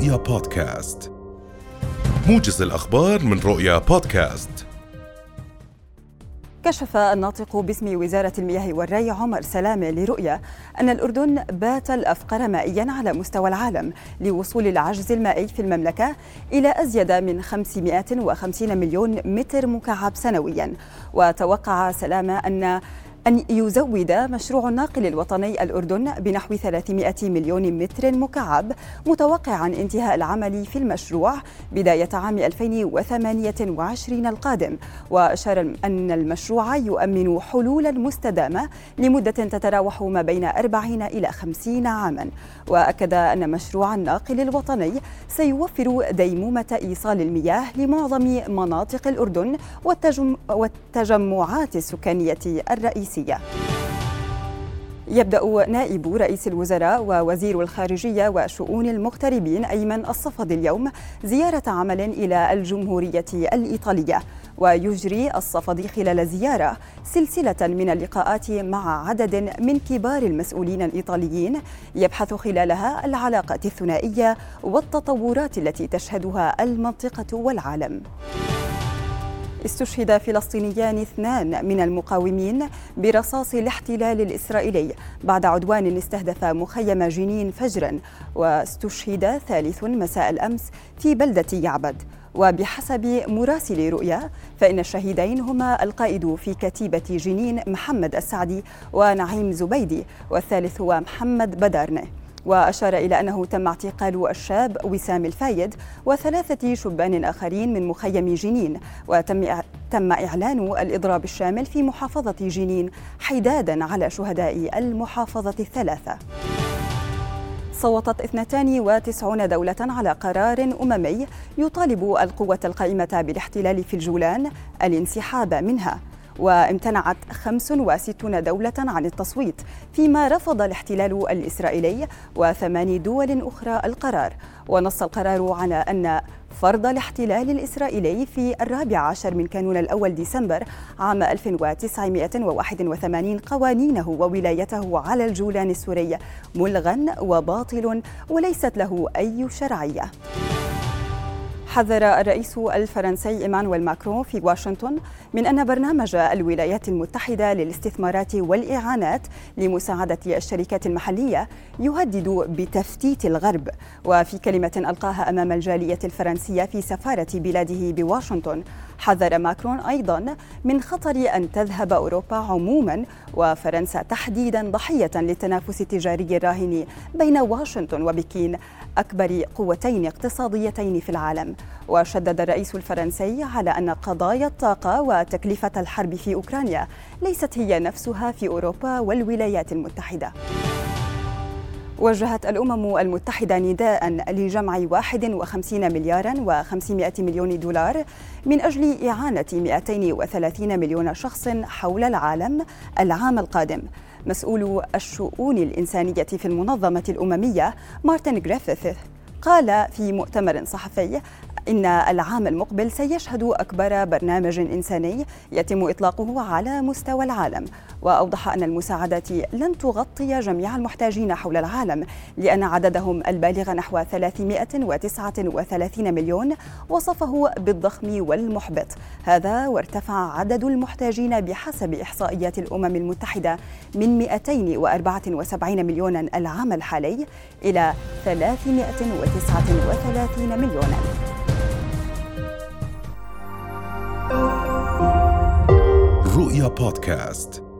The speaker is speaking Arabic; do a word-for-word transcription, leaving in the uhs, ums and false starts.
رؤيا بودكاست، موجز الأخبار من رؤيا بودكاست. كشف الناطق باسم وزارة المياه والري عمر سلامة لرؤيا أن الأردن بات الأفقر مائياً على مستوى العالم لوصول العجز المائي في المملكة إلى أزيد من خمسمائة وخمسين مليون متر مكعب سنوياً. وتوقع سلامة أن أن يزود مشروع الناقل الوطني الأردن بنحو ثلاثمائة مليون متر مكعب، متوقعاً انتهاء العمل في المشروع بداية عام ألفين وثمانية وعشرين القادم. وأشار أن المشروع يؤمن حلولاً مستدامة لمدة تتراوح ما بين أربعين إلى خمسين عاماً. وأكد أن مشروع الناقل الوطني سيوفر ديمومة إيصال المياه لمعظم مناطق الأردن والتجم... والتجمعات السكانية الرئيسية. يبدأ نائب رئيس الوزراء ووزير الخارجية وشؤون المغتربين أيمن الصفدي اليوم زيارة عمل إلى الجمهورية الإيطالية. ويجري الصفدي خلال الزيارة سلسلة من اللقاءات مع عدد من كبار المسؤولين الإيطاليين يبحث خلالها العلاقات الثنائية والتطورات التي تشهدها المنطقة والعالم. استشهد فلسطينيان اثنان من المقاومين برصاص الاحتلال الإسرائيلي بعد عدوان استهدف مخيم جنين فجرا، واستشهد ثالث مساء الأمس في بلدة يعبد. وبحسب مراسل رؤيا فإن الشهيدين هما القائد في كتيبة جنين محمد السعدي ونعيم زبيدي، والثالث هو محمد بدارنة. وأشار إلى أنه تم اعتقال الشاب وسام الفايد وثلاثة شبان آخرين من مخيم جنين، وتم تم إعلان الإضراب الشامل في محافظة جنين حداداً على شهداء المحافظة الثلاثة. صوتت اثنتان وتسعون دولة على قرار أممي يطالب القوة القائمة بالاحتلال في الجولان الانسحاب منها، وامتنعت خمس وستون دولة عن التصويت، فيما رفض الاحتلال الإسرائيلي وثمان دول أخرى القرار. ونص القرار على أن فرض الاحتلال الإسرائيلي في الرابع عشر من كانون الأول ديسمبر عام ألف وتسعمائة وواحد وثمانين قوانينه وولايته على الجولان السوري ملغى وباطل وليست له أي شرعية. حذر الرئيس الفرنسي إيمانويل ماكرون في واشنطن من أن برنامج الولايات المتحدة للاستثمارات والإعانات لمساعدة الشركات المحلية يهدد بتفتيت الغرب. وفي كلمة ألقاها أمام الجالية الفرنسية في سفارة بلاده بواشنطن، حذر ماكرون أيضاً من خطر أن تذهب أوروبا عموماً وفرنسا تحديداً ضحية للتنافس التجاري الراهن بين واشنطن وبكين، أكبر قوتين اقتصاديتين في العالم. وشدد الرئيس الفرنسي على أن قضايا الطاقة وتكلفة الحرب في أوكرانيا ليست هي نفسها في أوروبا والولايات المتحدة. وجهت الأمم المتحدة نداء لجمع واحد وخمسين ملياراً وخمسمائة مليون دولار من أجل إعانة مئتين وثلاثين مليون شخص حول العالم العام القادم. مسؤول الشؤون الإنسانية في المنظمة الأممية مارتن غريفيث قال في مؤتمر صحفي إن العام المقبل سيشهد أكبر برنامج إنساني يتم إطلاقه على مستوى العالم. وأوضح أن المساعدات لن تغطي جميع المحتاجين حول العالم، لأن عددهم البالغ نحو ثلاثمائة وتسعة وثلاثين مليون وصفه بالضخم والمحبط. هذا وارتفع عدد المحتاجين بحسب إحصائيات الأمم المتحدة من مئتين وأربعة وسبعين مليونا العام الحالي إلى ثلاثمائة وتسعة وثلاثين مليونا. رؤيا بودكاست.